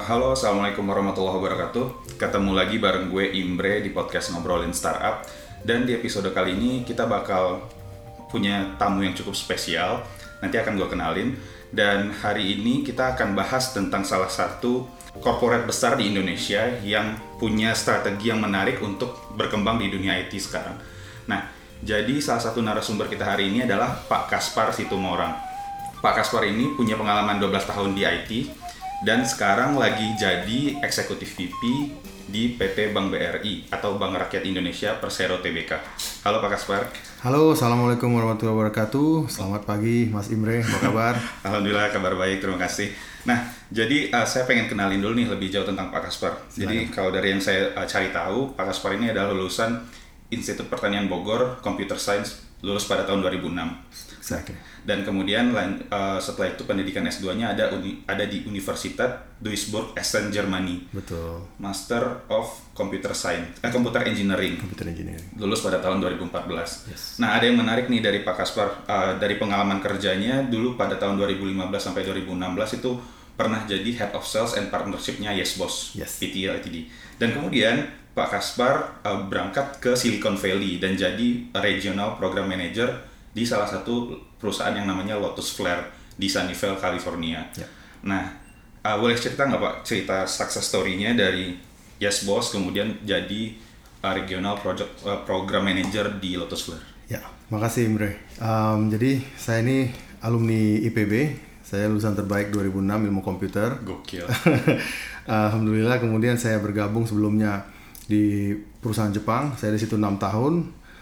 Halo, Assalamualaikum warahmatullahi wabarakatuh. Ketemu lagi bareng gue Imbre di podcast Ngobrolin Startup. Dan di episode kali ini kita bakal punya tamu yang cukup spesial. Nanti akan gue kenalin. Dan hari ini kita akan bahas tentang salah satu corporate besar di Indonesia yang punya strategi yang menarik untuk berkembang di dunia IT sekarang. Nah, jadi salah satu narasumber kita hari ini adalah Pak Kaspar Situmorang. Pak Kaspar ini punya pengalaman 12 tahun di IT dan sekarang lagi jadi eksekutif VP di PT Bank BRI atau Bank Rakyat Indonesia Persero Tbk. Halo Pak Kaspar. Halo, Assalamualaikum warahmatullahi wabarakatuh. Selamat pagi Mas Imre, apa kabar? Alhamdulillah kabar baik, terima kasih. Nah, jadi saya pengen kenalin dulu nih lebih jauh tentang Pak Kaspar. Jadi kalau dari yang saya cari tahu, Pak Kaspar ini adalah lulusan Institut Pertanian Bogor, Computer Science, lulus pada tahun 2006. Exactly. Dan kemudian setelah itu pendidikan S2-nya ada di Universitas Duisburg Essen Germany. Betul. Master of Computer Science, Computer Engineering. Computer Engineering. Lulus pada tahun 2014. Yes. Nah, ada yang menarik nih dari Pak Kaspar, dari pengalaman kerjanya dulu pada tahun 2015 sampai 2016 itu pernah jadi Head of Sales and Partnership-nya YesBoss, PT Ltd. Dan kemudian Pak Kaspar berangkat ke Silicon Valley dan jadi Regional Program Manager di salah satu perusahaan yang namanya Lotus Flare di Sunnyvale, California. Ya. Nah, boleh cerita nggak Pak, cerita success story-nya dari YesBoss kemudian jadi Regional Program Manager di Lotus Flare? Ya, makasih Imre. Jadi saya ini alumni IPB, saya lulusan terbaik 2006 ilmu komputer. Gokil. Alhamdulillah kemudian saya bergabung sebelumnya di perusahaan Jepang, saya di situ 6 tahun.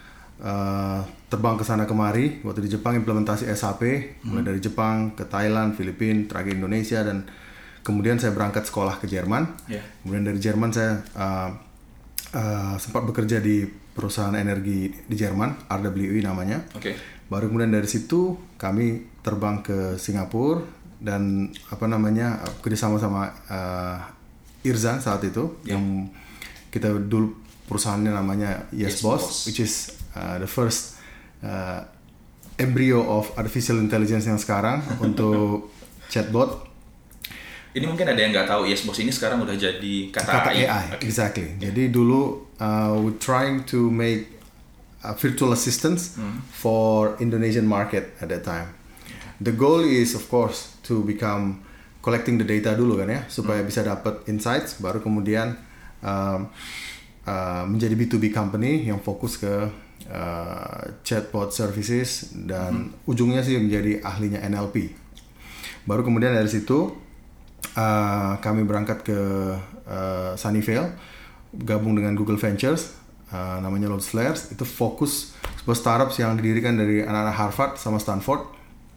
Terbang ke sana kemari, waktu di Jepang implementasi SAP, mulai dari Jepang ke Thailand, Filipina, terakhir Indonesia, dan kemudian saya berangkat sekolah ke Jerman. Kemudian dari Jerman saya sempat bekerja di perusahaan energi di Jerman, RWE namanya. Baru kemudian dari situ kami terbang ke Singapura dan kerjasama sama Irzan saat itu, yang kita dulu perusahaannya namanya YesBoss, which is the first embryo of artificial intelligence yang sekarang untuk chatbot. Ini mungkin ada yang nggak tahu, YesBoss ini sekarang udah jadi kata AI. Exactly. Jadi dulu we're trying to make a virtual assistants for Indonesian market at that time. The goal is of course to become collecting the data dulu kan ya, supaya bisa dapat insights, baru kemudian menjadi B2B company yang fokus ke chatbot services dan ujungnya sih menjadi ahlinya NLP. Baru kemudian dari situ kami berangkat ke Sunnyvale, gabung dengan Google Ventures, namanya Lotus Flare. Itu fokus sebuah startup yang didirikan dari anak-anak Harvard sama Stanford.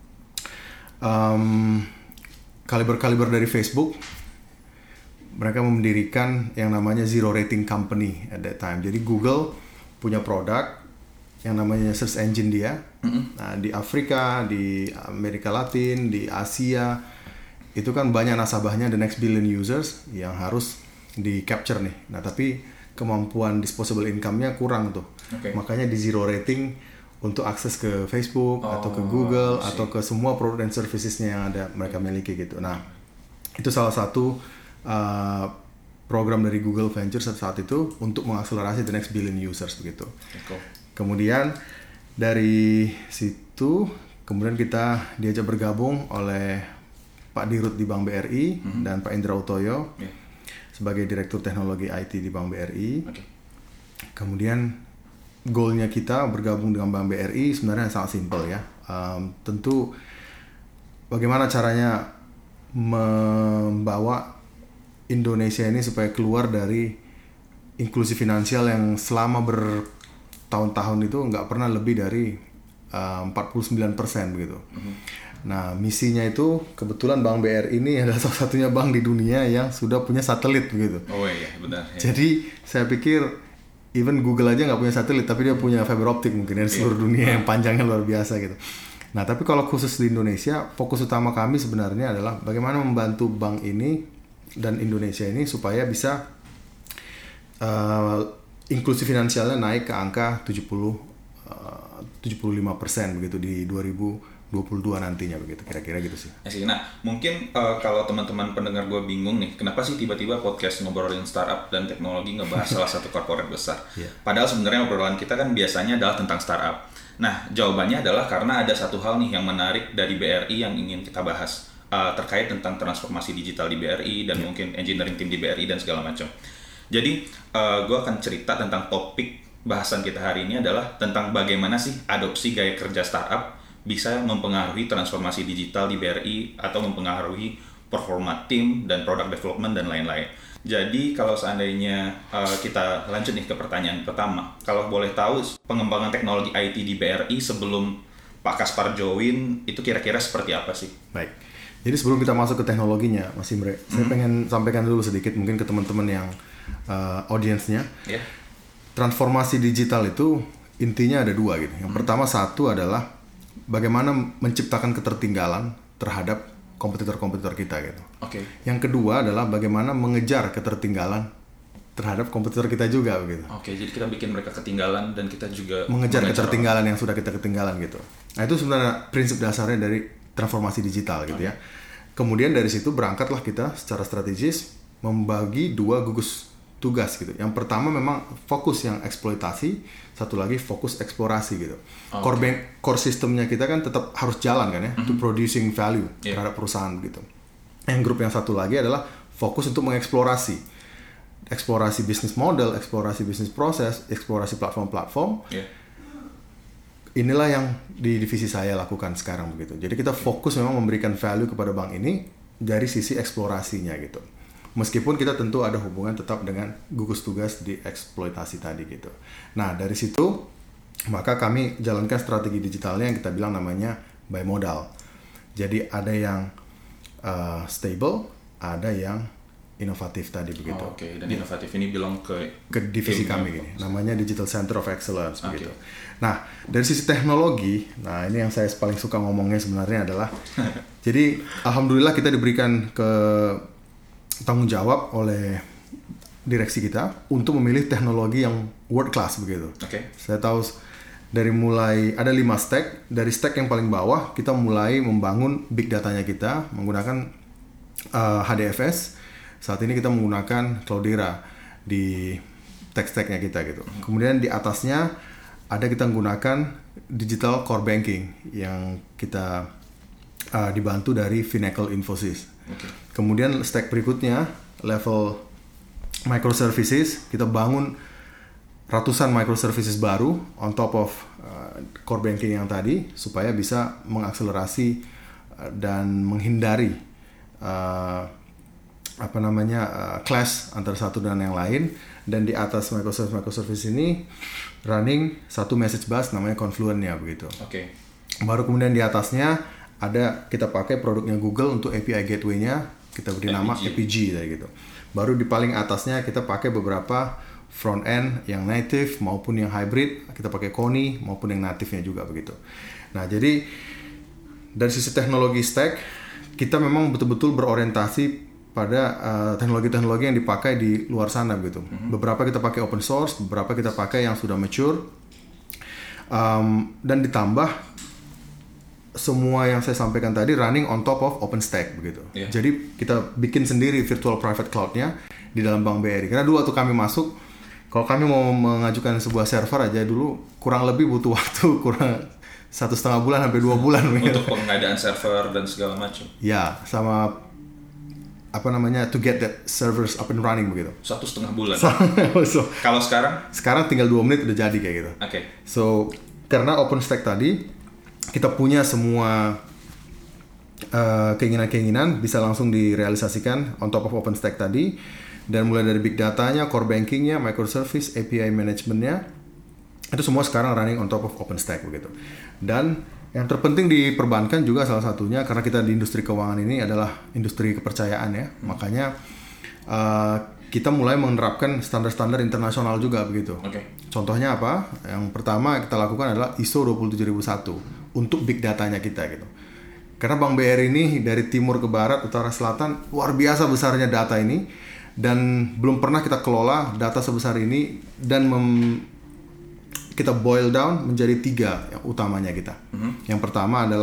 Kaliber dari Facebook, mereka mendirikan yang namanya Zero Rating Company at that time. Jadi Google punya produk yang namanya search engine dia. Nah, di Afrika, di Amerika Latin, di Asia, itu kan banyak nasabahnya, the next billion users yang harus di capture nih. Nah, tapi kemampuan disposable income-nya kurang tuh. Makanya di zero rating untuk akses ke Facebook atau ke Google atau ke semua produk dan services-nya yang ada mereka miliki gitu. Nah, itu salah satu program dari Google Ventures saat itu untuk mengakselerasi the next billion users begitu. Kemudian dari situ kemudian kita diajak bergabung oleh Pak Dirut di Bank BRI dan Pak Indra Utoyo sebagai Direktur Teknologi IT di Bank BRI. Kemudian goalnya kita bergabung dengan Bank BRI sebenarnya sangat simpel ya. Tentu bagaimana caranya membawa Indonesia ini supaya keluar dari inklusi finansial yang selama bertahun-tahun itu nggak pernah lebih dari 49% begitu. Nah, misinya itu kebetulan Bank BRI ini adalah salah satunya bank di dunia yang sudah punya satelit begitu. Oh iya, benar. Ya. Jadi saya pikir even Google aja nggak punya satelit, tapi dia punya fiber optik mungkin dari seluruh dunia yang panjangnya luar biasa gitu. Nah, tapi kalau khusus di Indonesia, fokus utama kami sebenarnya adalah bagaimana membantu bank ini dan Indonesia ini supaya bisa inklusi finansialnya naik ke angka 75% begitu di 2045 2022 nantinya begitu, kira-kira gitu sih. Nah, mungkin kalau teman-teman pendengar gue bingung nih, kenapa sih tiba-tiba podcast ngobrolin startup dan teknologi ngebahas salah satu corporate besar? Yeah. Padahal sebenarnya obrolan kita kan biasanya adalah tentang startup. Nah, jawabannya adalah karena ada satu hal nih yang menarik dari BRI yang ingin kita bahas terkait tentang transformasi digital di BRI dan mungkin engineering team di BRI dan segala macam. Jadi, gue akan cerita tentang topik bahasan kita hari ini adalah tentang bagaimana sih adopsi gaya kerja startup bisa mempengaruhi transformasi digital di BRI atau mempengaruhi performa tim dan product development dan lain-lain. Jadi kalau seandainya kita lanjut nih ke pertanyaan pertama, kalau boleh tahu pengembangan teknologi IT di BRI sebelum Pak Kaspar join itu kira-kira seperti apa sih? Baik, jadi sebelum kita masuk ke teknologinya, Mas Imre, saya pengen sampaikan dulu sedikit mungkin ke teman-teman yang audiensnya. Yeah. Transformasi digital itu intinya ada dua gitu. Yang pertama satu adalah bagaimana menciptakan ketertinggalan terhadap kompetitor-kompetitor kita gitu. Oke. Yang kedua adalah bagaimana mengejar ketertinggalan terhadap kompetitor kita juga begitu. Oke, jadi kita bikin mereka ketinggalan dan kita juga mengejar ketertinggalan yang sudah kita ketinggalan gitu. Nah, itu sebenarnya prinsip dasarnya dari transformasi digital gitu ya. Kemudian dari situ berangkatlah kita secara strategis membagi dua gugus tugas gitu. Yang pertama memang fokus yang eksploitasi, satu lagi fokus eksplorasi gitu. Core sistemnya kita kan tetap harus jalan kan ya, to producing value terhadap perusahaan gitu. Yang grup yang satu lagi adalah fokus untuk mengeksplorasi, eksplorasi bisnis model, eksplorasi bisnis proses, eksplorasi platform-platform. Inilah yang di divisi saya lakukan sekarang begitu. Jadi kita fokus memang memberikan value kepada bank ini dari sisi eksplorasinya gitu. Meskipun kita tentu ada hubungan tetap dengan gugus tugas di eksploitasi tadi gitu. Nah dari situ maka kami jalankan strategi digitalnya yang kita bilang namanya by modal. Jadi ada yang stable, ada yang inovatif tadi begitu. Oke. Dan inovatif ini bilang ke divisi kami gini, namanya Digital Center of Excellence begitu. Nah dari sisi teknologi, nah ini yang saya paling suka ngomongnya sebenarnya adalah, jadi alhamdulillah kita diberikan tanggung jawab oleh direksi kita untuk memilih teknologi yang world class begitu. Saya tahu dari mulai ada 5 stack, dari stack yang paling bawah kita mulai membangun big datanya kita menggunakan HDFS. Saat ini kita menggunakan Cloudera di tech stacknya kita gitu. Kemudian di atasnya ada kita menggunakan digital core banking yang kita dibantu dari Finacle Infosys. Kemudian stack berikutnya level microservices, kita bangun ratusan microservices baru on top of core banking yang tadi supaya bisa mengakselerasi dan menghindari clash antara satu dan yang lain. Dan di atas microservice ini running satu message bus namanya Confluent-nya begitu. Baru kemudian di atasnya ada kita pakai produknya Google untuk API gateway-nya, kita beri nama APG gitu. Baru di paling atasnya kita pakai beberapa front end yang native maupun yang hybrid, kita pakai Kony maupun yang native-nya juga begitu. Nah, jadi dari sisi teknologi stack kita memang betul-betul berorientasi pada teknologi-teknologi yang dipakai di luar sana begitu. Beberapa kita pakai open source, beberapa kita pakai yang sudah mature. Dan ditambah semua yang saya sampaikan tadi running on top of OpenStack begitu. Jadi kita bikin sendiri virtual private cloud-nya di dalam Bank BRI. Karena dulu waktu kami masuk, kalau kami mau mengajukan sebuah server aja dulu kurang lebih butuh waktu kurang 1,5 bulan sampai 2 bulan untuk pengadaan server dan segala macam. Ya, sama to get that servers up and running begitu. 1,5 bulan. Kalau sekarang? Sekarang tinggal 2 menit udah jadi kayak gitu. So karena OpenStack tadi kita punya semua keinginan-keinginan bisa langsung direalisasikan on top of OpenStack tadi, dan mulai dari big datanya, core bankingnya, microservice, API managementnya, itu semua sekarang running on top of OpenStack begitu. Dan yang terpenting di perbankan juga salah satunya karena kita di industri keuangan ini adalah industri kepercayaan ya, makanya kita mulai menerapkan standar-standar internasional juga begitu. Contohnya apa? Yang pertama kita lakukan adalah ISO 27001 untuk big datanya kita gitu. Karena Bank BRI ini dari timur ke barat, utara, selatan luar biasa besarnya data ini, dan belum pernah kita kelola data sebesar ini dan kita boil down menjadi 3 yang utamanya kita. Yang pertama adalah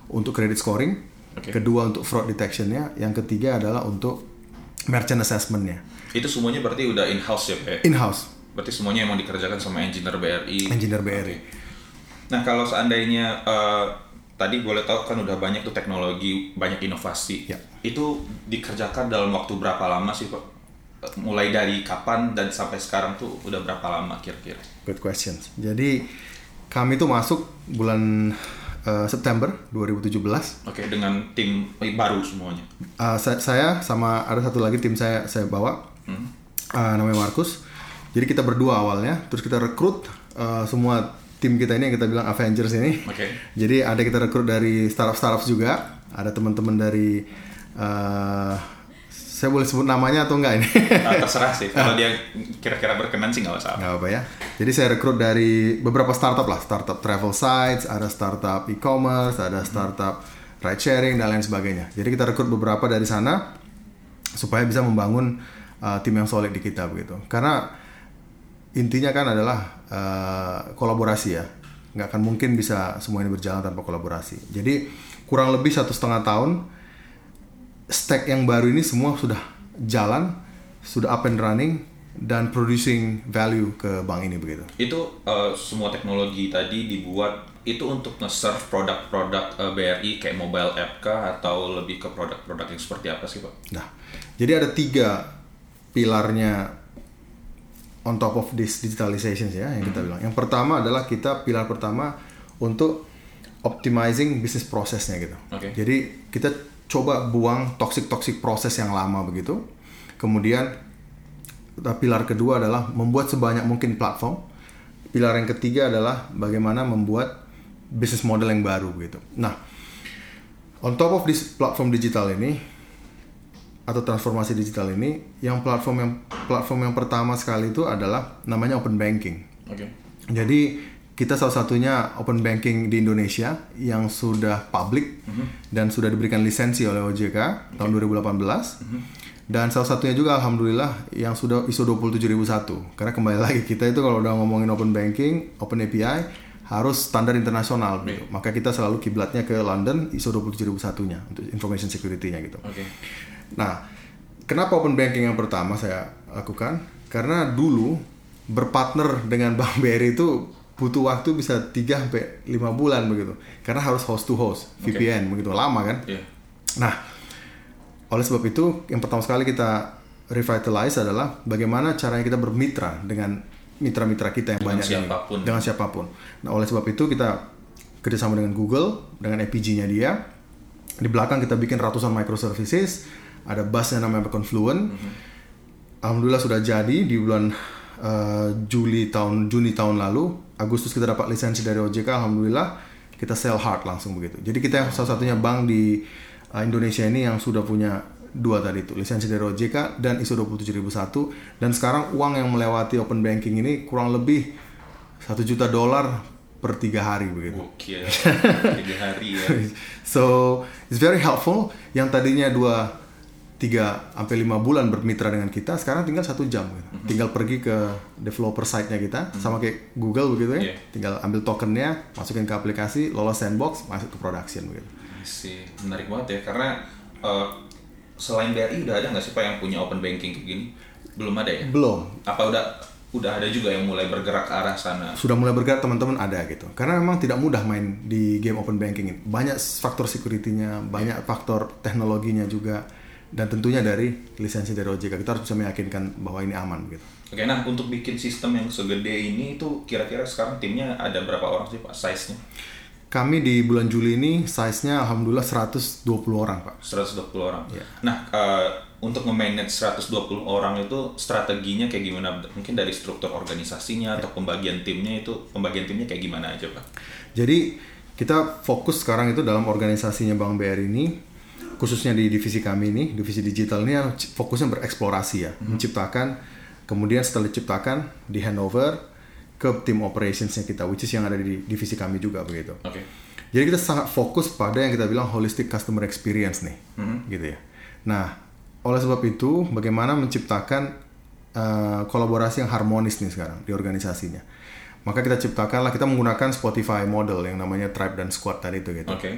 untuk credit scoring, kedua untuk fraud detection-nya, yang ketiga adalah untuk merchant assessment-nya. Itu semuanya berarti udah in-house ya Pak? In-house. Berarti semuanya emang dikerjakan sama engineer BRI? Engineer BRI. Nah kalau seandainya tadi boleh tahu kan udah banyak tuh teknologi, banyak inovasi. Ya. Itu dikerjakan dalam waktu berapa lama sih Pak? Mulai dari kapan dan sampai sekarang tuh udah berapa lama kira-kira? Good question. Jadi kami tuh masuk bulan September 2017. Oke, dengan tim baru semuanya. Saya sama ada satu lagi tim saya bawa, namanya Markus. Jadi kita berdua awalnya, terus kita rekrut semua tim kita ini yang kita bilang Avengers ini. Jadi ada kita rekrut dari startup juga, ada teman-teman dari saya boleh sebut namanya atau enggak ini? Terserah sih, kalau dia kira-kira berkenan sih nggak masalah. Nggak apa ya. Jadi saya rekrut dari beberapa startup lah, startup travel sites, ada startup e-commerce, ada startup ride sharing dan lain sebagainya. Jadi kita rekrut beberapa dari sana supaya bisa membangun tim yang solid di kita begitu. Karena intinya kan adalah kolaborasi ya. Nggak akan mungkin bisa semua ini berjalan tanpa kolaborasi. Jadi kurang lebih 1,5 tahun stack yang baru ini semua sudah jalan, sudah up and running dan producing value ke bank ini begitu. Itu semua teknologi tadi dibuat itu untuk nge-serve produk-produk BRI kayak mobile app kah atau lebih ke produk-produk yang seperti apa sih Pak? Nah, jadi ada 3 pilarnya on top of this digitalization ya yang kita bilang. Yang pertama adalah pilar pertama untuk optimizing business prosesnya gitu. Jadi kita coba buang toxic proses yang lama begitu. Kemudian pilar kedua adalah membuat sebanyak mungkin platform. Pilar yang ketiga adalah bagaimana membuat business model yang baru begitu. Nah, on top of this platform digital ini atau transformasi digital ini, platform yang pertama sekali itu adalah namanya open banking. Jadi kita salah satunya open banking di Indonesia yang sudah public dan sudah diberikan lisensi oleh OJK tahun 2018. Dan salah satunya juga alhamdulillah yang sudah ISO 27001. Karena kembali lagi kita itu kalau udah ngomongin open banking, open API harus standar internasional gitu. Maka kita selalu kiblatnya ke London ISO 27001-nya untuk information security-nya gitu. Nah, kenapa open banking yang pertama saya lakukan? Karena dulu berpartner dengan Bank BRI itu butuh waktu bisa 3-5 bulan begitu. Karena harus host to host, VPN begitu lama kan. Nah, oleh sebab itu yang pertama sekali kita revitalize adalah bagaimana caranya kita bermitra dengan mitra-mitra kita yang banyak ini. Dengan siapapun. Nah, oleh sebab itu kita kerjasama dengan Google, dengan APG-nya dia. Di belakang kita bikin ratusan microservices, ada busnya namanya Confluent. Alhamdulillah sudah jadi di bulan Juni tahun lalu. Agustus kita dapat lisensi dari OJK, alhamdulillah kita sell hard langsung begitu. Jadi kita salah satunya bank di Indonesia ini yang sudah punya 2 tadi itu, lisensi dari OJK dan ISO 27001. Dan sekarang uang yang melewati open banking ini kurang lebih $1 juta per 3 hari begitu. Oke, 3 hari ya. So it's very helpful. Yang tadinya 3-5 bulan bermitra dengan kita, sekarang tinggal 1 jam gitu. Tinggal pergi ke developer site-nya kita, sama kayak Google begitu ya. Tinggal ambil tokennya, masukin ke aplikasi, lolos sandbox, masuk ke production begitu. Sih, menarik banget ya, karena selain BRI udah ada nggak sih Pak yang punya open banking kayak gini? Belum ada ya? Belum. Apa udah ada juga yang mulai bergerak ke arah sana? Sudah mulai bergerak, teman-teman ada gitu. Karena memang tidak mudah main di game open banking ini. Banyak faktor security-nya, banyak faktor teknologinya juga. Dan tentunya dari lisensi dari OJK kita harus bisa meyakinkan bahwa ini aman gitu. Oke, nah untuk bikin sistem yang segede ini itu kira-kira sekarang timnya ada berapa orang sih Pak, size-nya? Kami di bulan Juli ini size-nya alhamdulillah 120 orang Pak. 120 orang? Nah, untuk nge-manage 120 orang itu strateginya kayak gimana? Mungkin dari struktur organisasinya atau pembagian timnya kayak gimana aja Pak? Jadi kita fokus sekarang itu dalam organisasinya Bank BRI ini, khususnya di divisi kami ini, divisi digital ini yang fokusnya bereksplorasi ya, menciptakan, kemudian setelah diciptakan di handover ke tim operationsnya kita, which is yang ada di divisi kami juga begitu. Jadi kita sangat fokus pada yang kita bilang holistic customer experience nih, gitu ya. Nah, oleh sebab itu, bagaimana menciptakan kolaborasi yang harmonis nih sekarang di organisasinya. Maka kita ciptakanlah, kita menggunakan Spotify model yang namanya Tribe dan Squad tadi itu gitu.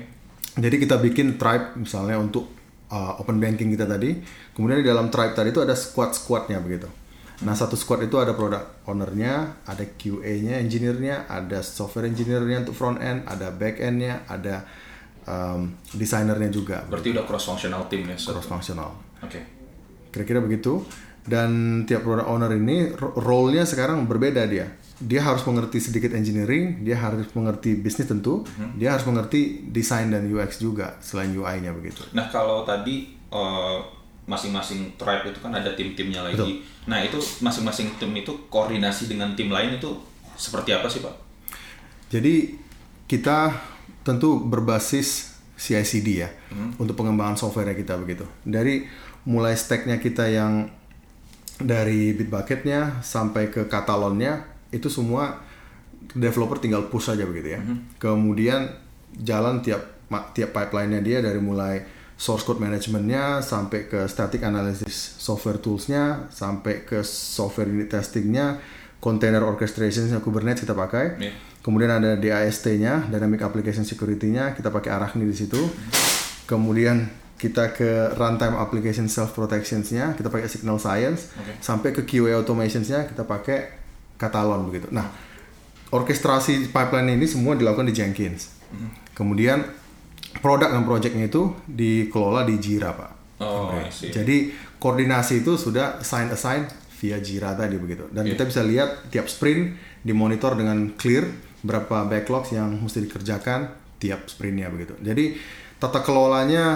Jadi kita bikin tribe misalnya untuk open banking kita tadi. Kemudian di dalam tribe tadi itu ada squad-squadnya begitu. Nah, satu squad itu ada product owner-nya, ada QA-nya, engineer-nya, ada software engineer-nya untuk front end, ada back end-nya, ada designer-nya juga. Berarti udah cross functional team ya? Cross functional. Oke. Kira-kira begitu. Dan tiap product owner ini role-nya sekarang berbeda dia. Dia harus mengerti sedikit engineering, dia harus mengerti bisnis tentu, dia harus mengerti desain dan UX juga selain UI-nya begitu. Nah, kalau tadi masing-masing tribe itu kan ada tim-timnya lagi. Betul. Nah, itu masing-masing tim itu koordinasi dengan tim lain itu seperti apa sih, Pak? Jadi kita tentu berbasis CI/CD ya untuk pengembangan software kita begitu. Dari mulai stack-nya kita yang dari Bitbucket-nya sampai ke Katalonnya itu semua developer tinggal push saja begitu ya. Kemudian jalan tiap pipeline-nya dia dari mulai source code management-nya sampai ke static analysis software tools-nya sampai ke software unit testing-nya, container orchestration-nya Kubernetes kita pakai. Kemudian ada DAST-nya, Dynamic Application Security-nya, kita pakai Arachne di situ. Kemudian kita ke runtime application self protections-nya, kita pakai Signal Science. Sampai ke QA automations-nya kita pakai Catalon begitu. Nah, orkestrasi pipeline ini semua dilakukan di Jenkins. Kemudian produk dan project-nya itu dikelola di Jira, Pak. Jadi koordinasi itu sudah assign via Jira tadi begitu. Dan kita bisa lihat tiap sprint dimonitor dengan clear berapa backlogs yang mesti dikerjakan tiap sprintnya begitu. Jadi tata kelolanya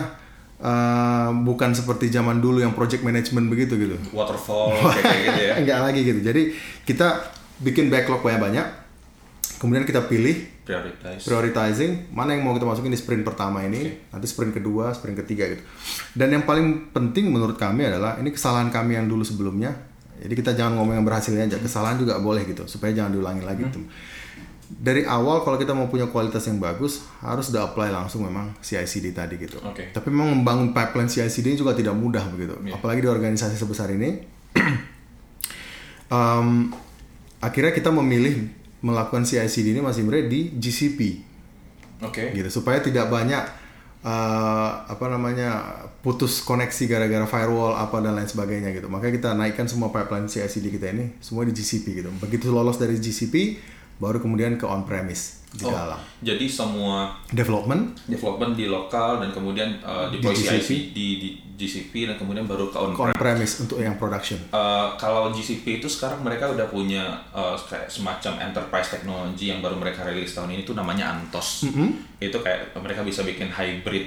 bukan seperti zaman dulu yang project management begitu gitu. Waterfall kayak gitu ya. Enggak lagi gitu. Jadi kita bikin backlog banyak-banyak. Kemudian kita pilih prioritizing mana yang mau kita masukin di sprint pertama ini, nanti sprint kedua, sprint ketiga gitu. Dan yang paling penting menurut kami adalah ini kesalahan kami yang dulu sebelumnya. Jadi kita jangan ngomong yang berhasilnya aja, kesalahan juga boleh gitu supaya jangan diulangi lagi gitu. Dari awal kalau kita mau punya kualitas yang bagus harus udah apply langsung memang CI/CD tadi gitu. Tapi memang membangun pipeline CI/CD juga tidak mudah begitu. Apalagi di organisasi sebesar ini. Akhirnya kita memilih melakukan CI/CD ini Mas Imre di GCP, gitu supaya tidak banyak putus koneksi gara-gara firewall apa dan lain sebagainya gitu. Makanya kita naikkan semua pipeline CI/CD kita ini semua di GCP gitu. Begitu lolos dari GCP, baru kemudian ke on-premise di dalam. Jadi semua development di lokal dan kemudian deploy CI/CD di GCP dan kemudian baru ke on-premise untuk yang production. Kalau GCP itu sekarang mereka udah punya kayak semacam enterprise technology yang baru mereka rilis tahun ini tuh namanya Anthos. Itu kayak mereka bisa bikin hybrid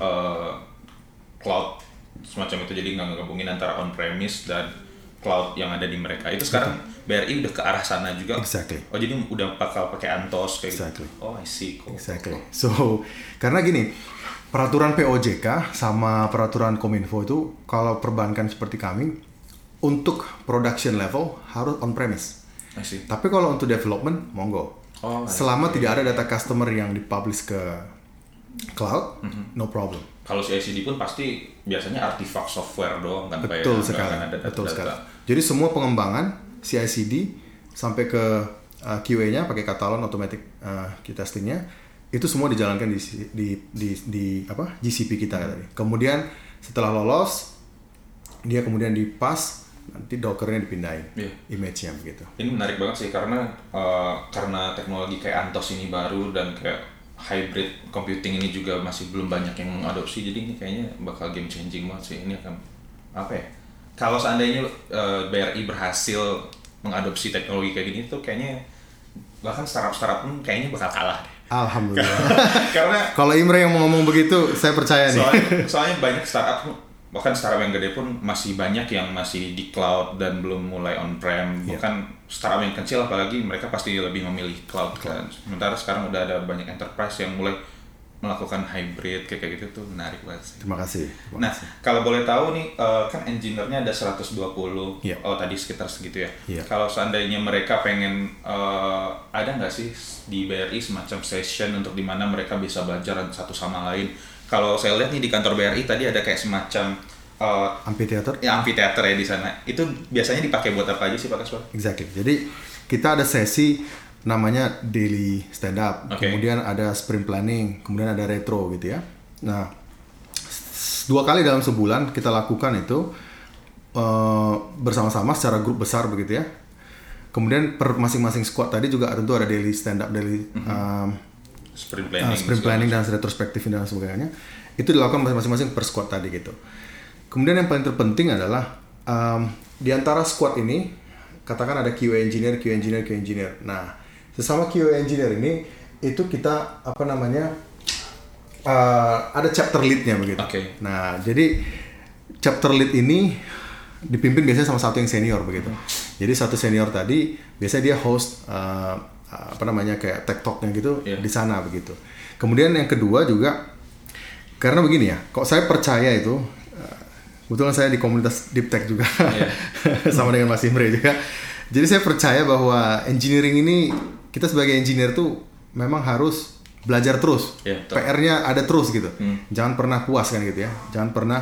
cloud semacam itu, jadi nggak gabungin antara on-premise dan cloud yang ada di mereka. Itu sekarang BRI udah ke arah sana juga. Oh, jadi udah bakal pakai Anthos kayak gitu. Oh, I see. Cool. So, karena gini, peraturan POJK sama peraturan Kominfo itu kalau perbankan seperti kami untuk production level harus on premise. Tapi kalau untuk development monggo. Selama tidak ada data customer yang dipublish ke cloud, no problem. Kalau CI/CD pun pasti biasanya artifak software doang kan, betul sekali. Jadi semua pengembangan CI/CD sampai ke QA-nya pakai Catalon automatic queue testing-nya itu semua dijalankan di GCP kita tadi. Kemudian setelah lolos dia kemudian dipas, nanti Docker-nya dipindahin image-nya begitu. Ini menarik banget sih karena teknologi kayak Anthos ini baru dan kayak hybrid computing ini juga masih belum banyak yang mengadopsi, jadi ini kayaknya bakal game changing banget sih. Ini akan kalau seandainya BRI berhasil mengadopsi teknologi kayak gini tuh kayaknya bahkan startup pun kayaknya bakal kalah deh. Alhamdulillah. Karena kalau Imre yang mau ngomong begitu, saya percaya nih. Soalnya banyak startup, bahkan startup yang gede pun masih banyak yang masih di cloud dan belum mulai on-prem. Bukan startup yang kecil, apalagi mereka pasti lebih memilih cloud kan. Sementara sekarang udah ada banyak enterprise yang mulai melakukan hybrid kayak gitu tuh menarik banget sih. Terima kasih. Kalau boleh tahu nih, kan engineer-nya ada 120. Tadi sekitar segitu ya. Kalau seandainya mereka pengen ada nggak sih di BRI semacam session untuk dimana mereka bisa belajar satu sama lain? Kalau saya lihat nih di kantor BRI tadi ada kayak semacam amphitheater. Amphitheater ya di sana. Itu biasanya dipakai buat apa aja sih Pak Kaswar? Exactly. Jadi kita ada sesi namanya daily stand up, Okay. kemudian ada sprint planning, kemudian ada retro gitu ya. Nah, 2 kali dalam sebulan kita lakukan itu bersama-sama secara grup besar begitu ya. Kemudian per masing-masing squad tadi juga tentu ada daily stand up, daily sprint planning dan retrospektif dan sebagainya. Itu dilakukan masing-masing per squad tadi gitu. Kemudian yang paling terpenting adalah di antara squad ini katakan ada QA engineer. Nah, sesama QA engineer ini itu kita ada chapter lead-nya begitu. Okay. Nah, jadi chapter lead ini dipimpin biasanya sama satu yang senior begitu. Jadi satu senior tadi biasanya dia host kayak tech talk-nya gitu di sana begitu. Kemudian yang kedua juga karena begini ya, kok saya percaya itu kebetulan saya di komunitas Deep Tech juga sama dengan Mas Imre juga. Jadi saya percaya bahwa engineering ini kita sebagai engineer tuh memang harus belajar terus. PR-nya ada terus gitu. Jangan pernah puas kan gitu ya. Jangan pernah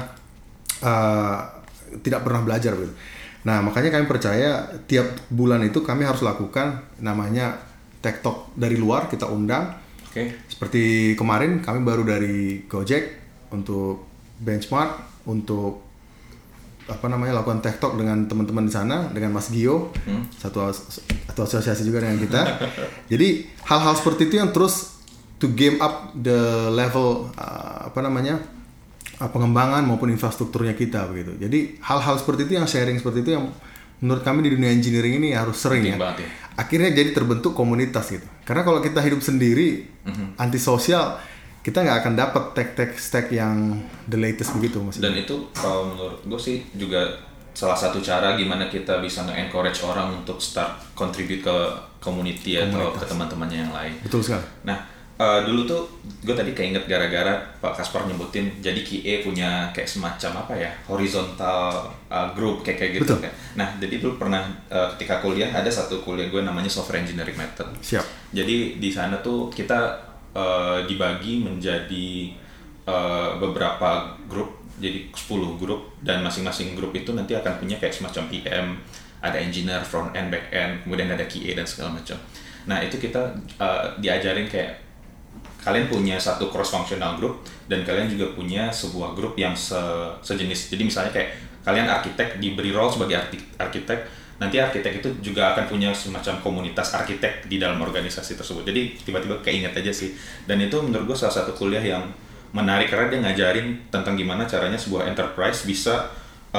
tidak pernah belajar gitu. Nah, makanya kami percaya tiap bulan itu kami harus lakukan namanya tech talk dari luar, kita undang. Seperti kemarin kami baru dari Gojek untuk benchmark, untuk lakukan tech talk dengan teman-teman di sana, dengan Mas Gio, satu asosiasi juga dengan kita. Jadi hal-hal seperti itu yang terus to game up the level pengembangan maupun infrastrukturnya kita begitu. Jadi hal-hal seperti itu yang sharing seperti itu yang menurut kami di dunia engineering ini harus sering ya. Akhirnya jadi terbentuk komunitas gitu. Karena kalau kita hidup sendiri antisosial, kita nggak akan dapat tech stack yang the latest begitu maksudnya. Dan itu kalau menurut gue sih juga salah satu cara gimana kita bisa nge-encourage orang untuk start contribute ke community atau ke teman-temannya yang lain. Betul sekali. Nah, dulu tuh gue tadi keinget gara-gara Pak Kaspar nyebutin jadi QA punya kayak semacam horizontal group kayak gitu. Betul. Kan. Nah, jadi dulu pernah ketika kuliah ada satu kuliah gue namanya Software Engineering Method. Siap. Jadi di sana tuh kita dibagi menjadi beberapa grup, jadi 10 grup, dan masing-masing grup itu nanti akan punya kayak semacam PM, ada engineer front end, back end, kemudian ada QA dan segala macam. Nah, itu kita diajarin kayak kalian punya satu cross functional group dan kalian juga punya sebuah grup yang sejenis. Jadi misalnya kayak kalian arsitek diberi role sebagai arsitek, nanti arsitek itu juga akan punya semacam komunitas arsitek di dalam organisasi tersebut. Jadi tiba-tiba keinget aja sih. Dan itu menurut gue salah satu kuliah yang menarik karena dia ngajarin tentang gimana caranya sebuah enterprise bisa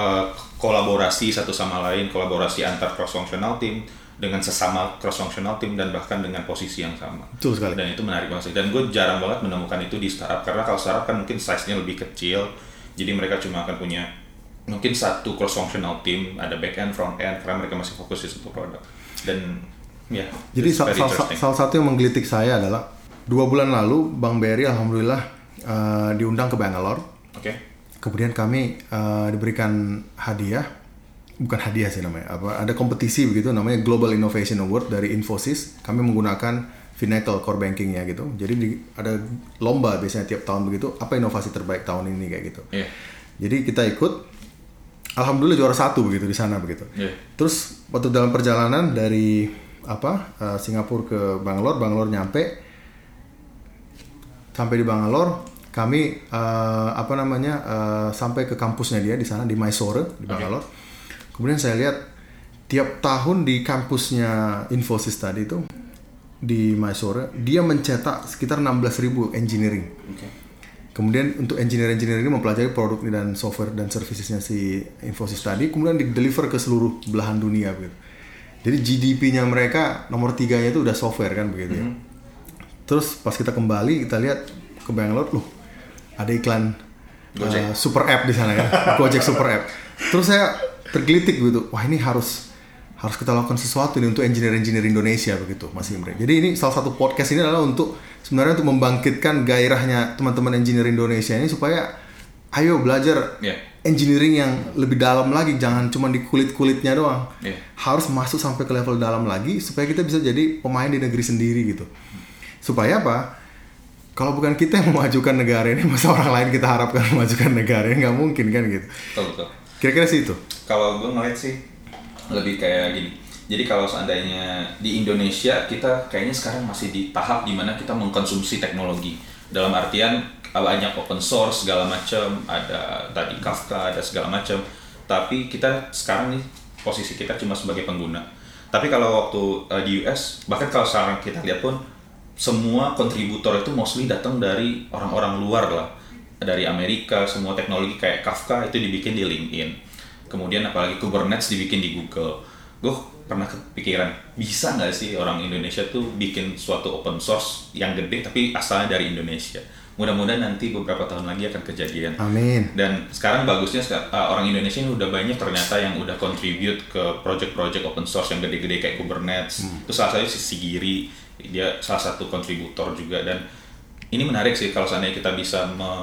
kolaborasi satu sama lain, kolaborasi antar cross functional team dengan sesama cross functional team dan bahkan dengan posisi yang sama. Betul sekali. Dan itu menarik banget sih. Dan gue jarang banget menemukan itu di startup karena kalau startup kan mungkin size-nya lebih kecil. Jadi mereka cuma akan punya mungkin satu cross functional team, ada back end, front end karena mereka masih fokus di satu produk. Dan ya. Jadi salah satu yang menggelitik saya adalah 2 bulan lalu Bang Berry alhamdulillah diundang ke Bangalore. Kemudian kami diberikan hadiah. Bukan hadiah sih namanya, ada kompetisi begitu namanya Global Innovation Award dari Infosys. Kami menggunakan Finacle core bankingnya gitu. Jadi ada lomba biasanya tiap tahun begitu. Apa inovasi terbaik tahun ini kayak gitu. Jadi kita ikut. Alhamdulillah juara 1 begitu di sana begitu. Terus waktu dalam perjalanan dari Singapura ke Bangalore nyampe. Sampai di Bangalore kami sampai ke kampusnya dia di sana di Mysore di Bangalore. Kemudian saya lihat tiap tahun di kampusnya Infosys tadi itu di Mysore dia mencetak sekitar 16.000 engineering. Kemudian untuk engineer ini mempelajari produk dan software dan servicesnya si Infosys tadi, kemudian di-deliver ke seluruh belahan dunia begitu. Jadi GDP-nya mereka nomor 3-nya itu udah software kan begitu ya. Terus pas kita kembali kita lihat ke Bangalore, ada iklan super app di sana ya, Gojek super app. Terus saya tergelitik gitu, wah ini harus kita lakukan sesuatu nih untuk engineer Indonesia begitu Mas Imre. Jadi ini salah satu podcast ini adalah sebenarnya untuk membangkitkan gairahnya teman-teman engineer Indonesia ini supaya ayo belajar engineering yang lebih dalam lagi, jangan cuma di kulit-kulitnya doang. Harus masuk sampai ke level dalam lagi supaya kita bisa jadi pemain di negeri sendiri gitu. Supaya apa? Kalau bukan kita yang memajukan negara ini, masa orang lain kita harapkan memajukan negara ini, nggak mungkin kan gitu. Betul. Kira-kira sih itu. Kalau gue ngeliat sih lebih kayak gini. Jadi kalau seandainya di Indonesia kita kayaknya sekarang masih di tahap dimana kita mengkonsumsi teknologi. Dalam artian banyak open source segala macam, ada tadi Kafka, ada segala macam. Tapi kita sekarang nih posisi kita cuma sebagai pengguna. Tapi kalau waktu di US, bahkan kalau sekarang kita lihat pun semua kontributor itu mostly datang dari orang-orang luar lah. Dari Amerika, semua teknologi kayak Kafka itu dibikin di LinkedIn. Kemudian apalagi Kubernetes dibikin di Google. Gue pernah kepikiran, bisa nggak sih orang Indonesia tuh bikin suatu open source yang gede tapi asalnya dari Indonesia. Mudah-mudahan nanti beberapa tahun lagi akan kejadian. Amin. Dan sekarang bagusnya orang Indonesia ini udah banyak ternyata yang udah contribute ke project-project open source yang gede-gede kayak Kubernetes. Itu salah satunya si Sigiri, dia salah satu kontributor juga. Dan ini menarik sih kalau seandainya kita bisa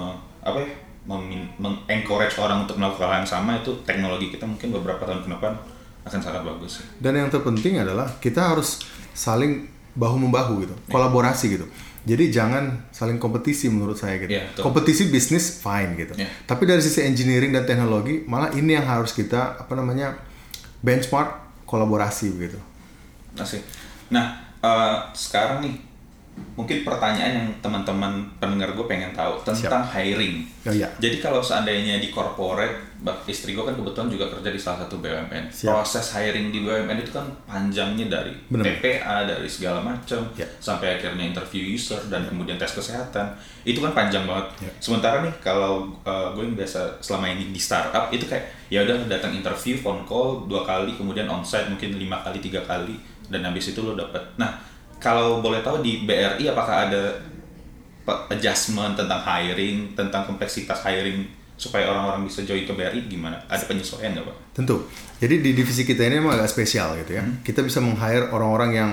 encourage orang untuk melakukan hal yang sama, itu teknologi kita mungkin beberapa tahun ke depan akan sangat bagus. Dan yang terpenting adalah kita harus saling bahu-membahu gitu, kolaborasi gitu. Jadi jangan saling kompetisi menurut saya gitu. Yeah, kompetisi bisnis fine gitu. Yeah. Tapi dari sisi engineering dan teknologi, malah ini yang harus kita benchmark kolaborasi begitu. Asik. Nah, sekarang nih mungkin pertanyaan yang teman-teman pendengar gue pengen tahu tentang hiring. Oh, iya. Jadi kalau seandainya di corporate, istri gue kan kebetulan juga kerja di salah satu BUMN. Proses hiring di BUMN itu kan panjangnya dari TPA, dari segala macam, sampai akhirnya interview user dan kemudian tes kesehatan. Itu kan panjang banget. Sementara nih kalau gue yang biasa selama ini di startup itu kayak ya udah datang interview, phone call 2 kali, kemudian onsite mungkin 5 kali, 3 kali, dan habis itu lo dapet. Nah, kalau boleh tahu di BRI apakah ada adjustment tentang hiring, tentang kompleksitas hiring supaya orang-orang bisa join ke BRI gimana? Ada penyesuaian nggak Pak? Tentu. Jadi di divisi kita ini emang agak spesial gitu ya. Kita bisa meng-hire orang-orang yang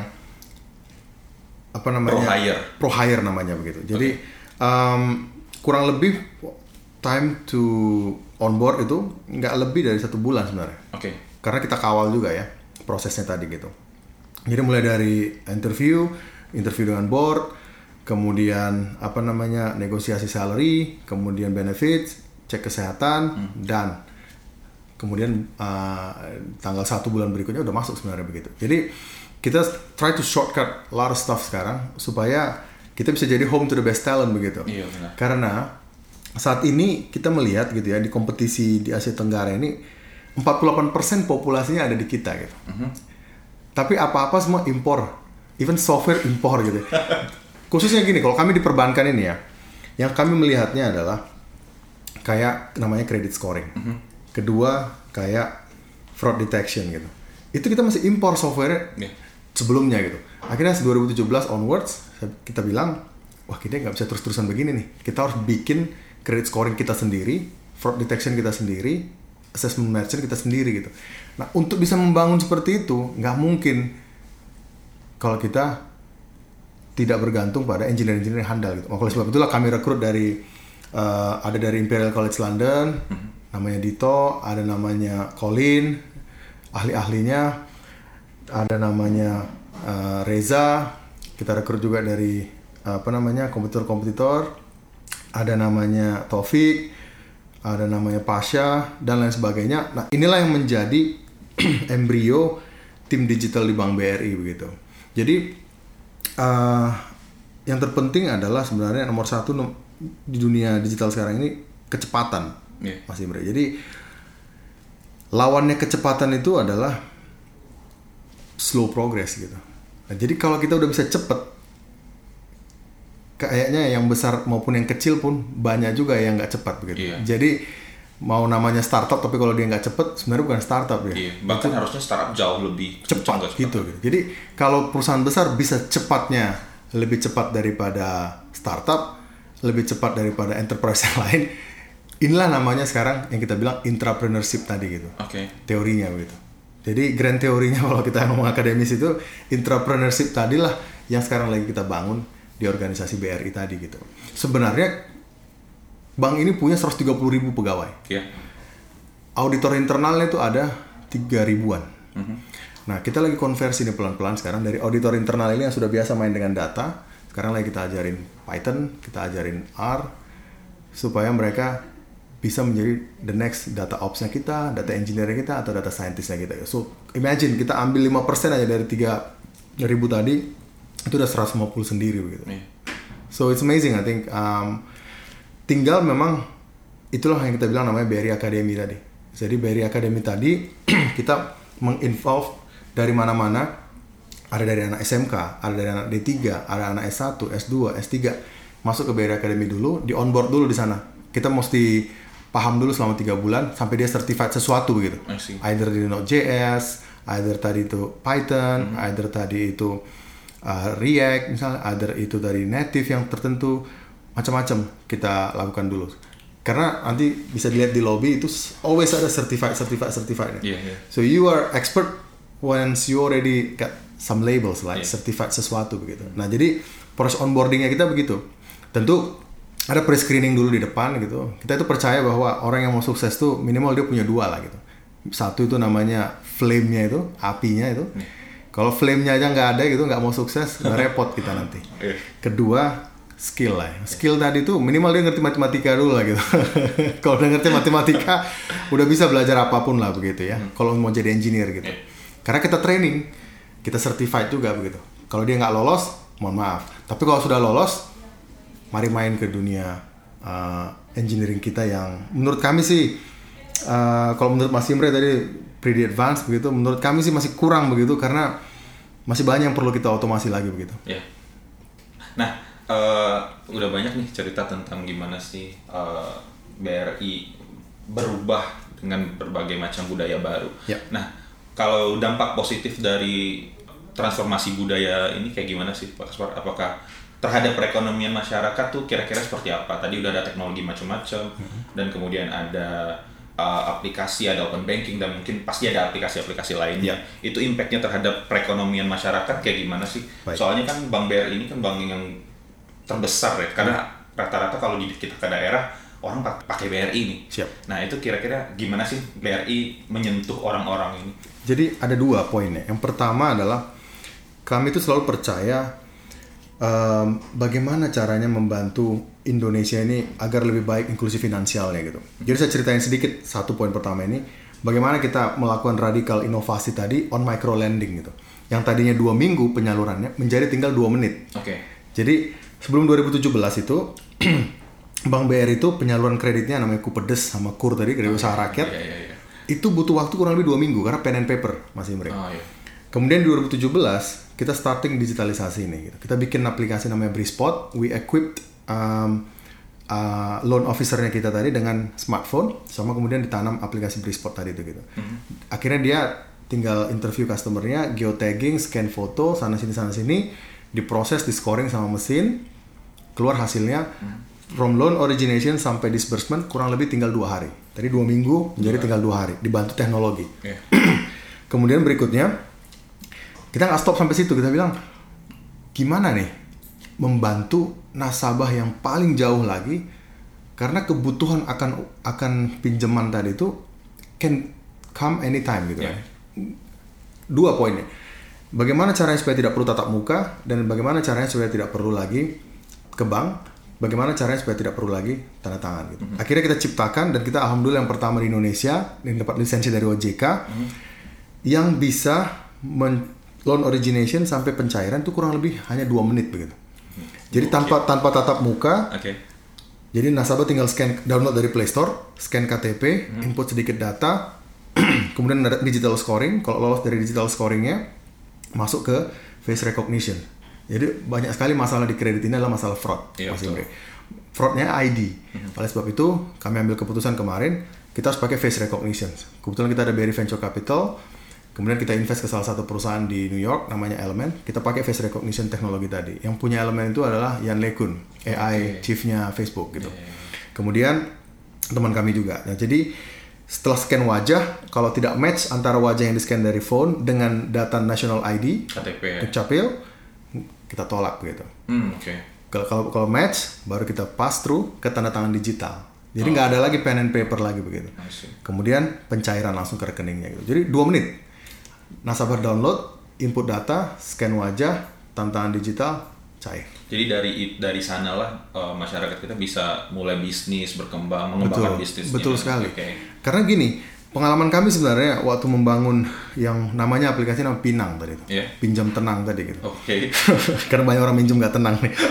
pro hire namanya begitu. Jadi kurang lebih time to onboard itu nggak lebih dari 1 bulan sebenarnya. Karena kita kawal juga ya prosesnya tadi gitu. Jadi mulai dari interview dengan board, kemudian negosiasi salary, kemudian benefits, cek kesehatan, dan kemudian tanggal 1 bulan berikutnya udah masuk sebenarnya begitu. Jadi kita try to shortcut a lot of stuff sekarang supaya kita bisa jadi home to the best talent begitu. Iya, benar. Karena saat ini kita melihat gitu ya di kompetisi di Asia Tenggara ini 48% populasinya ada di kita gitu. Tapi apa-apa semua impor, even software impor gitu. Khususnya gini, kalau kami di perbankan ini ya, yang kami melihatnya adalah kayak namanya credit scoring. Kedua kayak fraud detection gitu. Itu kita masih impor software sebelumnya gitu. Akhirnya 2017 onwards kita bilang, wah kita nggak bisa terus-terusan begini nih. Kita harus bikin credit scoring kita sendiri, fraud detection kita sendiri, assessment merchant kita sendiri gitu. Nah, untuk bisa membangun seperti itu nggak mungkin kalau kita tidak bergantung pada engineer-engineer yang handal gitu. Oleh sebab itulah kami rekrut dari ada dari Imperial College London, namanya Dito, ada namanya Colin, ahli-ahlinya, ada namanya Reza, kita rekrut juga dari kompetitor-kompetitor, ada namanya Taufik, ada namanya Pasha, dan lain sebagainya. Nah, inilah yang menjadi embrio tim digital di Bank BRI begitu. Jadi yang terpenting adalah sebenarnya nomor 1 di dunia digital sekarang ini kecepatan, Mas Imre. Jadi lawannya kecepatan itu adalah slow progress gitu. Nah, jadi kalau kita udah bisa cepet, kayaknya yang besar maupun yang kecil pun banyak juga yang nggak cepat begitu. Jadi mau namanya startup tapi kalau dia nggak cepet sebenarnya bukan startup ya. Bahkan harusnya startup jauh lebih cepat gitu. Jadi kalau perusahaan besar bisa cepatnya lebih cepat daripada startup, lebih cepat daripada enterprise yang lain. Inilah namanya sekarang yang kita bilang intrapreneurship tadi gitu. Teorinya begitu. Jadi grand teorinya kalau kita ngomong akademis itu intrapreneurship tadilah yang sekarang lagi kita bangun di organisasi BRI tadi gitu. Sebenarnya bank ini punya 130.000 pegawai. Auditor internalnya itu ada 3.000-an. Nah, kita lagi konversi nih pelan-pelan sekarang dari auditor internal ini yang sudah biasa main dengan data. Sekarang lagi kita ajarin Python, kita ajarin R, supaya mereka bisa menjadi the next data ops-nya kita, data engineer kita, atau data scientist-nya kita. So imagine kita ambil 5% aja dari 3.000 tadi, itu udah 150 sendiri begitu. So it's amazing, I think. Tinggal memang itulah yang kita bilang namanya BRI Academy tadi. Jadi BRI Academy tadi kita menginvolve dari mana-mana. Ada dari anak SMK, ada dari anak D3, ada anak S1, S2, S3. Masuk ke BRI Academy dulu, di onboard dulu di sana. Kita mesti paham dulu selama 3 bulan sampai dia certified sesuatu begitu. Either di Node.js, either tadi itu Python, either tadi itu React misalnya, either itu dari native yang tertentu, macam-macam kita lakukan dulu. Karena nanti bisa dilihat di lobby itu always ada certified. So you are expert once you already got some labels like certified sesuatu begitu. Nah jadi proses onboardingnya kita begitu. Tentu ada pre-screening dulu di depan gitu. Kita itu percaya bahwa orang yang mau sukses tuh minimal dia punya 2 lah gitu. Satu itu namanya flame-nya itu, apinya itu. Kalau flame-nya aja nggak ada gitu, nggak mau sukses, udah repot kita nanti. Kedua, skill lah. Skill tadi tuh minimal dia ngerti matematika dulu lah gitu. Kalau udah ngerti matematika, udah bisa belajar apapun lah begitu ya. Kalau mau jadi engineer gitu. Karena kita training. Kita certified juga begitu. Kalau dia nggak lolos, mohon maaf. Tapi kalau sudah lolos, mari main ke dunia engineering kita yang menurut kami sih, kalau menurut Mas Imre tadi pretty advanced begitu, menurut kami sih masih kurang begitu karena masih banyak yang perlu kita otomasi lagi begitu. Nah, udah banyak nih cerita tentang gimana sih BRI berubah dengan berbagai macam budaya baru. Nah, kalau dampak positif dari transformasi budaya ini kayak gimana sih Pak Kaspar? Apakah terhadap perekonomian masyarakat tuh kira-kira seperti apa? Tadi udah ada teknologi macam-macam dan kemudian ada aplikasi, ada open banking dan mungkin pasti ada aplikasi-aplikasi lainnya. Itu impactnya terhadap perekonomian masyarakat kayak gimana sih? Soalnya kan Bank BRI ini kan bank yang terbesar ya, karena rata-rata kalau di kita ke daerah orang pakai BRI nih. Nah itu kira-kira gimana sih BRI menyentuh orang-orang ini? Jadi ada 2 poinnya. Yang pertama adalah kami itu selalu percaya bagaimana caranya membantu Indonesia ini agar lebih baik inklusi finansialnya gitu. Jadi saya ceritain sedikit 1 poin pertama ini. Bagaimana kita melakukan radikal inovasi tadi on micro lending gitu. Yang tadinya 2 minggu penyalurannya menjadi tinggal 2 menit. Jadi sebelum 2017 itu Bank BRI itu penyaluran kreditnya namanya Kupedes sama KUR tadi, kredit usaha rakyat. Itu butuh waktu kurang lebih 2 minggu karena pen and paper Mas Imre. Kemudian 2017 kita starting digitalisasi ini gitu. Kita bikin aplikasi namanya BRIspot. We equipped loan officer-nya kita tadi dengan smartphone sama kemudian ditanam aplikasi BRIspot tadi itu gitu. Akhirnya dia tinggal interview customer-nya, geotagging, scan foto, sana sini, diproses, di scoring sama mesin, keluar hasilnya. From loan origination sampai disbursement kurang lebih tinggal 2 hari. Tadi 2 minggu menjadi tinggal 2 hari, dibantu teknologi. Kemudian berikutnya, kita nggak stop sampai situ. Kita bilang, gimana nih membantu nasabah yang paling jauh lagi, karena kebutuhan akan pinjaman tadi itu can come anytime gitu kan. 2 poinnya. Bagaimana caranya supaya tidak perlu tatap muka, dan bagaimana caranya supaya tidak perlu lagi ke bank. Bagaimana caranya supaya tidak perlu lagi tanda tangan gitu. Akhirnya kita ciptakan dan kita alhamdulillah yang pertama di Indonesia yang dapat lisensi dari OJK yang bisa loan origination sampai pencairan itu kurang lebih hanya 2 menit begitu. Jadi tanpa tatap muka. Jadi nasabah tinggal download dari Play Store, scan KTP, input sedikit data, kemudian ada digital scoring. Kalau lolos dari digital scoringnya masuk ke face recognition. Jadi banyak sekali masalah di kredit ini adalah masalah fraud, Mas Imre. Fraudnya ID. Oleh sebab itu, kami ambil keputusan kemarin, kita harus pakai face recognition. Kebetulan kita ada BRI Venture Capital, kemudian kita invest ke salah satu perusahaan di New York, namanya Element. Kita pakai face recognition teknologi tadi. Yang punya Element itu adalah Jan LeCun, AI chief-nya Facebook gitu. Kemudian teman kami juga. Nah, jadi setelah scan wajah, kalau tidak match antara wajah yang di-scan dari phone dengan data national ID, KTP, Dukcapil, kita tolak begitu. Kalau match, baru kita pass through ke tanda tangan digital. Jadi nggak ada lagi pen and paper lagi begitu. Kemudian pencairan langsung ke rekeningnya gitu. Jadi 2 menit. Nasabah download, input data, scan wajah, tanda tangan digital, cair. Jadi dari sanalah masyarakat kita bisa mulai bisnis, berkembang, mengembangkan bisnisnya. Betul sekali. Karena gini, pengalaman kami sebenarnya waktu membangun yang namanya aplikasi nama Pinang tadi itu. Pinjam tenang tadi gitu. Karena banyak orang minjem nggak tenang nih.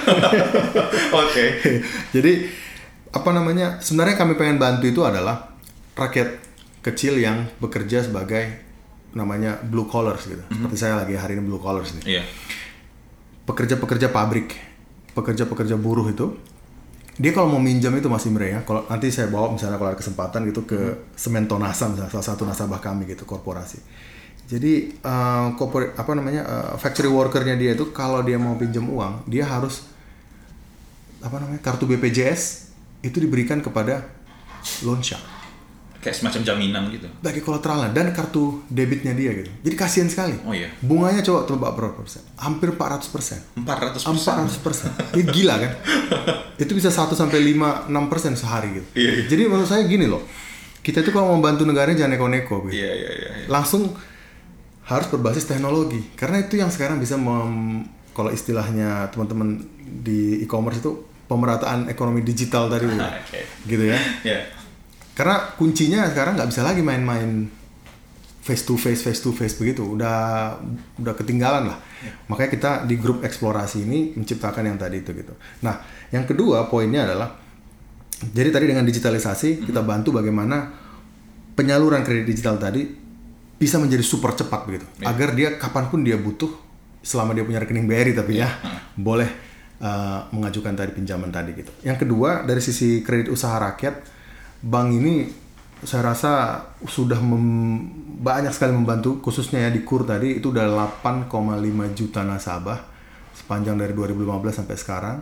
Jadi sebenarnya kami pengen bantu itu adalah rakyat kecil yang bekerja sebagai namanya blue collars gitu. Seperti saya lagi hari ini blue collars nih. Pekerja-pekerja pabrik, pekerja-pekerja buruh itu, dia kalau mau minjam itu Mas Imre ya, kalau nanti saya bawa misalnya kalau ada kesempatan gitu ke Sementonasa misalnya, salah satu nasabah kami gitu, korporasi. Jadi factory workernya dia itu kalau dia mau pinjam uang, dia harus kartu BPJS itu diberikan kepada loan shark. Kayak semacam jaminan gitu. Bagi kolateralnya dan kartu debitnya dia gitu. Jadi kasihan sekali. Bunganya coba tebak berapa persen? Hampir 400%. 400%. Ini gila kan? Itu bisa 1-5-6% sehari gitu. Jadi menurut saya gini loh. Kita itu kalau mau bantu negaranya jangan neko-neko gitu. Langsung harus berbasis teknologi. Karena itu yang sekarang bisa kalau istilahnya teman-teman di e-commerce itu pemerataan ekonomi digital tadi gitu ya. Karena kuncinya sekarang nggak bisa lagi main-main face to face begitu, udah ketinggalan lah. Makanya kita di grup eksplorasi ini menciptakan yang tadi itu gitu. Nah, yang kedua poinnya adalah, jadi tadi dengan digitalisasi kita bantu bagaimana penyaluran kredit digital tadi bisa menjadi super cepat begitu, agar dia kapanpun dia butuh, selama dia punya rekening BRI tapi boleh mengajukan tadi pinjaman tadi gitu. Yang kedua dari sisi kredit usaha rakyat, bank ini saya rasa sudah banyak sekali membantu, khususnya ya di KUR tadi itu udah 8,5 juta nasabah sepanjang dari 2015 sampai sekarang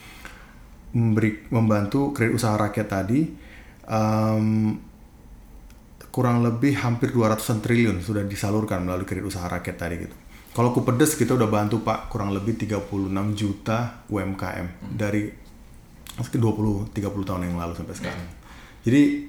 membantu kredit usaha rakyat tadi, kurang lebih hampir 200-an triliun sudah disalurkan melalui kredit usaha rakyat tadi gitu. Kalau Kupedes kita udah bantu Pak kurang lebih 36 juta UMKM dari 20-30 tahun yang lalu sampai sekarang. Jadi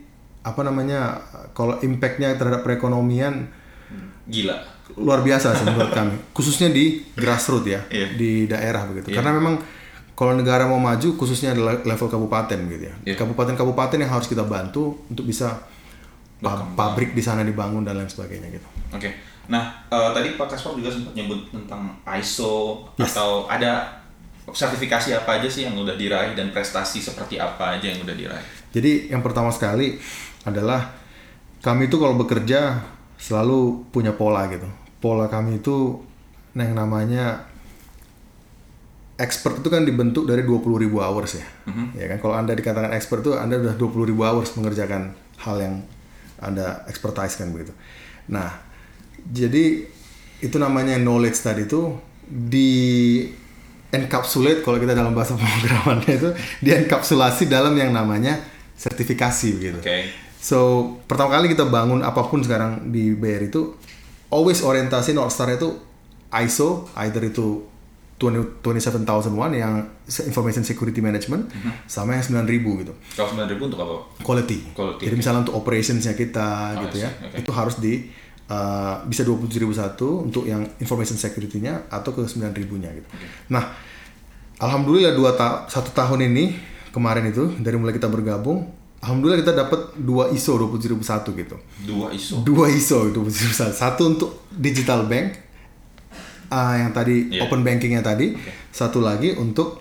kalau impact-nya terhadap perekonomian gila, luar biasa sih menurut kami, khususnya di grassroots ya, di daerah begitu. Karena memang kalau negara mau maju, khususnya adalah level kabupaten gitu ya. Kabupaten-kabupaten yang harus kita bantu untuk bisa pabrik di sana dibangun dan lain sebagainya gitu. Nah, tadi Pak Kaspar juga sempat nyebut tentang ISO atau ada sertifikasi apa aja sih yang udah diraih dan prestasi seperti apa aja yang udah diraih? Jadi yang pertama sekali adalah kami itu kalau bekerja selalu punya pola gitu. Pola kami itu yang namanya expert itu kan dibentuk dari 20.000 hours ya. Ya kan, kalau Anda dikatakan expert itu Anda udah 20.000 hours mengerjakan hal yang Anda expertise kan begitu. Nah, jadi itu namanya knowledge tadi itu di encapsulate, kalau kita dalam bahasa pemrogramannya itu dienkapsulasi dalam yang namanya sertifikasi begitu. So, pertama kali kita bangun apapun sekarang di BRI itu always orientasi North Star itu ISO, either itu 27001 yang Information Security Management sama yang 9000 gitu. Kalau 9000 untuk apa? Quality. Jadi misalnya untuk operationsnya kita gitu ya, itu harus di bisa 27001 untuk yang information security-nya atau ke 9000-nya gitu. Nah, alhamdulillah 1 tahun ini kemarin itu dari mulai kita bergabung, alhamdulillah kita dapat 2 ISO 27001 gitu. 2 ISO 27001. Satu untuk digital bank yang tadi open banking-nya tadi, satu lagi untuk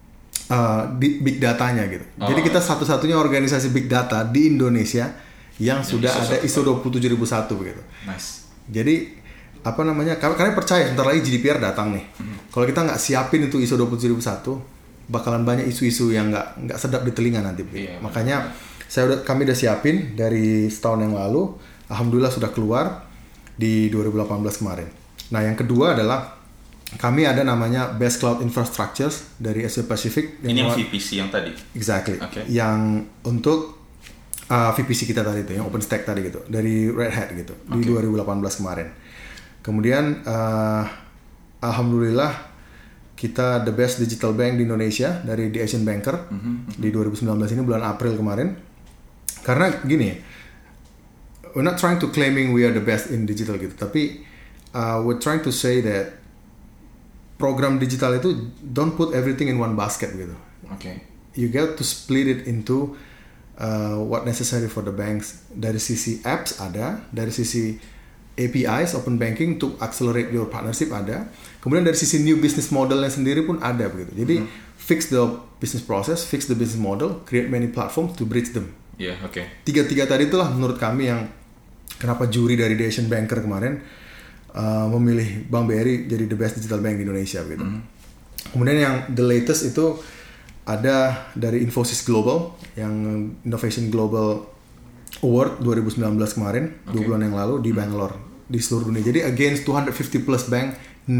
big data-nya gitu. Jadi kita satu-satunya organisasi big data di Indonesia yang sudah ada ISO 27001 begitu. Nice. Jadi kalian percaya sebentar lagi GDPR datang nih. Kalau kita nggak siapin itu ISO 27001, bakalan banyak isu-isu yang nggak sedap di telinga nanti. Makanya kami udah siapin dari setahun yang lalu. Alhamdulillah sudah keluar di 2018 kemarin. Nah, yang kedua adalah kami ada namanya Best Cloud Infrastructures dari Asia Pacific. Ini yang VPC yang tadi? Exactly. Yang untuk VPC kita tadi itu, yang OpenStack tadi gitu, dari Red Hat gitu, di 2018 kemarin. Kemudian alhamdulillah kita the best digital bank di Indonesia dari The Asian Banker di 2019 ini bulan April kemarin. Karena gini, we're not trying to claiming we are the best in digital gitu, tapi we're trying to say that program digital itu don't put everything in one basket gitu. Oke. You get to split it into what necessary for the banks. Dari sisi apps ada, dari sisi APIs, open banking to accelerate your partnership ada. Kemudian dari sisi new business modelnya sendiri pun ada begitu. Jadi fix the business process, fix the business model, create many platforms to bridge them. Iya, oke. Tiga tadi itulah menurut kami yang kenapa juri dari The Asian Banker kemarin memilih Bank BRI jadi the best digital bank di Indonesia gitu. Kemudian yang the latest itu ada dari Infosys Global yang Innovation Global Award 2019 kemarin, 2 bulan yang lalu di Bangalore di seluruh dunia. Jadi against 250 plus bank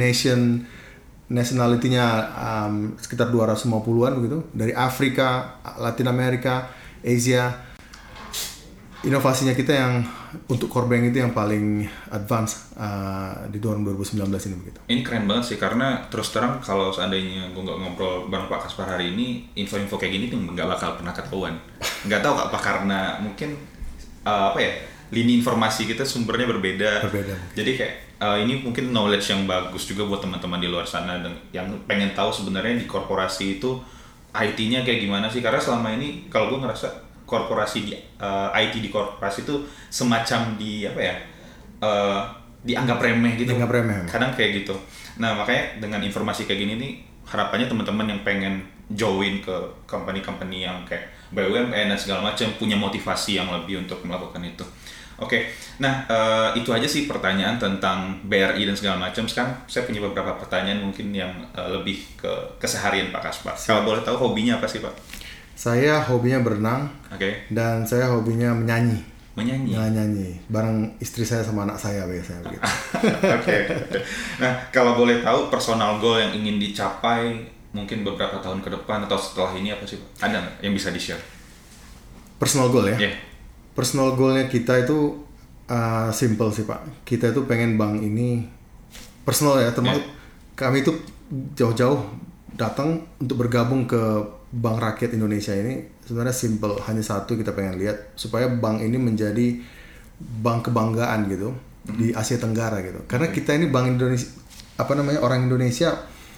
nationality-nya sekitar 250-an begitu, dari Afrika, Latin America, Asia. Inovasinya kita yang untuk core bank itu yang paling advance di 2019 ini begitu. Ini keren banget sih, karena terus terang kalau seandainya gue nggak ngobrol bareng Pak Kaspar hari ini, info-info kayak gini tuh nggak bakal pernah ketahuan. Nggak tahu apa karena mungkin lini informasi kita sumbernya berbeda. Jadi kayak ini mungkin knowledge yang bagus juga buat teman-teman di luar sana dan yang pengen tahu sebenarnya di korporasi itu IT-nya kayak gimana sih, karena selama ini kalau gue ngerasa korporasi di IT di korporasi itu semacam dianggap remeh gitu. Dianggap remeh. Kadang kayak gitu. Nah, makanya dengan informasi kayak gini nih, harapannya teman-teman yang pengen join ke company-company yang kayak BUMN dan segala macam punya motivasi yang lebih untuk melakukan itu. Oke. Nah, itu aja sih pertanyaan tentang BRI dan segala macam. Sekarang saya punya beberapa pertanyaan mungkin yang lebih ke keseharian Pak Kaspar. Kalau boleh tahu hobinya apa sih, Pak? Saya hobinya berenang, dan saya hobinya menyanyi. Menyanyi, bareng istri saya sama anak saya biasanya begitu. Oke. Nah, kalau boleh tahu personal goal yang ingin dicapai mungkin beberapa tahun ke depan atau setelah ini apa sih, Pak? Ada nggak yang bisa di-share? Personal goal ya? Yeah. Personal goalnya kita itu simple sih Pak. Kita itu pengen bank ini personal ya, termasuk kami itu jauh-jauh datang untuk bergabung ke Bank Rakyat Indonesia ini. Sebenarnya simple, hanya satu, kita pengen lihat supaya bank ini menjadi bank kebanggaan gitu di Asia Tenggara gitu. Karena kita ini bank Indonesia, orang Indonesia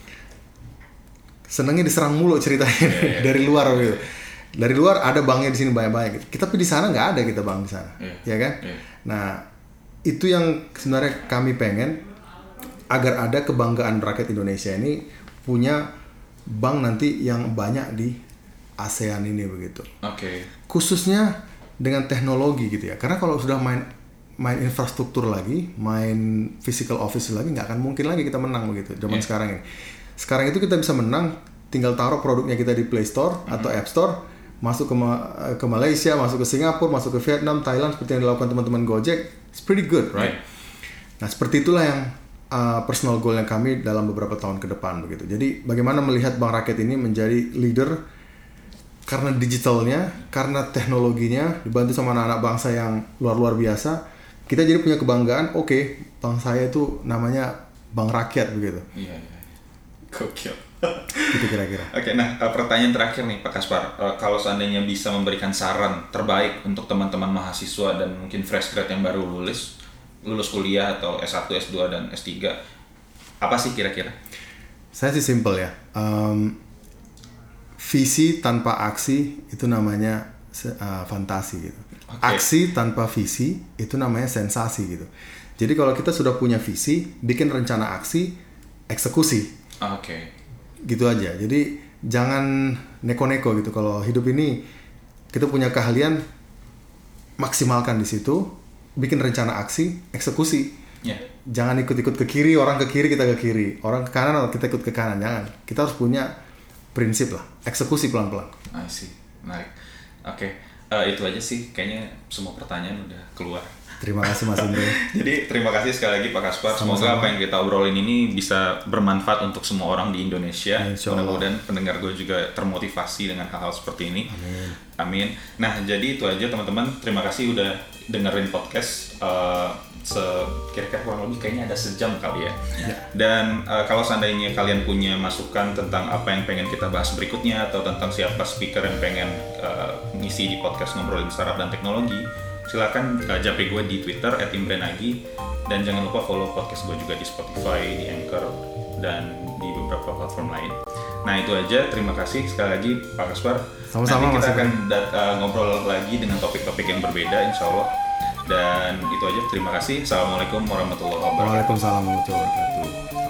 senengnya diserang mulu ceritanya dari luar gitu. Dari luar ada banknya di sini banyak-banyak gitu. Tapi di sana nggak ada kita bank di sana, ya kan? Nah, itu yang sebenarnya kami pengen, agar ada kebanggaan rakyat Indonesia ini punya bank nanti yang banyak di ASEAN ini begitu. Khususnya dengan teknologi gitu ya. Karena kalau sudah main infrastruktur lagi, main physical office lagi, nggak akan mungkin lagi kita menang begitu zaman sekarang ini. Sekarang itu kita bisa menang tinggal taruh produknya kita di Play Store atau App Store, masuk ke Malaysia, masuk ke Singapura, masuk ke Vietnam, Thailand, seperti yang dilakukan teman-teman Gojek. It's pretty good, right? Nah, seperti itulah yang personal goal yang kami dalam beberapa tahun ke depan begitu. Jadi bagaimana melihat Bank Rakyat ini menjadi leader karena digitalnya, karena teknologinya, dibantu sama anak-anak bangsa yang luar biasa. Kita jadi punya kebanggaan, bank saya itu namanya Bank Rakyat begitu. Iya. Gokil. Gitu kira-kira. Oke, nah pertanyaan terakhir nih Pak Kaspar, kalau seandainya bisa memberikan saran terbaik untuk teman-teman mahasiswa dan mungkin fresh grad yang baru lulus kuliah atau S1, S2 dan S3, apa sih kira-kira? Saya sih simple ya. Visi tanpa aksi itu namanya fantasi gitu. Aksi tanpa visi itu namanya sensasi gitu. Jadi kalau kita sudah punya visi, bikin rencana aksi, eksekusi. Gitu aja. Jadi jangan neko-neko gitu. Kalau hidup ini kita punya keahlian, maksimalkan di situ. Bikin rencana aksi, eksekusi. Jangan ikut-ikut ke kiri, orang ke kiri kita ke kiri, orang ke kanan kita ikut ke kanan. Jangan. Kita harus punya prinsip lah, eksekusi pelan-pelan. I see, menarik. Itu aja sih, kayaknya semua pertanyaan udah keluar. Terima kasih Mas Indra. Jadi terima kasih sekali lagi Pak Kaspar. Semoga apa yang kita obrolin ini bisa bermanfaat untuk semua orang di Indonesia. Mudah-mudahan pendengar gue juga termotivasi dengan hal-hal seperti ini. Amin. Nah, jadi itu aja teman-teman. Terima kasih udah dengerin podcast. Kira-kira kurang lebih kayaknya ada sejam kali ya. Dan kalau seandainya kalian punya masukan tentang apa yang pengen kita bahas berikutnya atau tentang siapa speaker yang pengen ngisi di podcast Ngobrolin Startup dan Teknologi, silakan japri gue di Twitter @imbrenagi, dan jangan lupa follow podcast gue juga di Spotify, di Anchor, dan di beberapa platform lain. Nah itu aja, terima kasih sekali lagi Pak Kaspar. Sama-sama, Nanti kita Mas akan ngobrol lagi dengan topik-topik yang berbeda insya Allah. Dan itu aja, terima kasih. Assalamualaikum warahmatullahi wabarakatuh. Waalaikumsalam warahmatullahi wabarakatuh.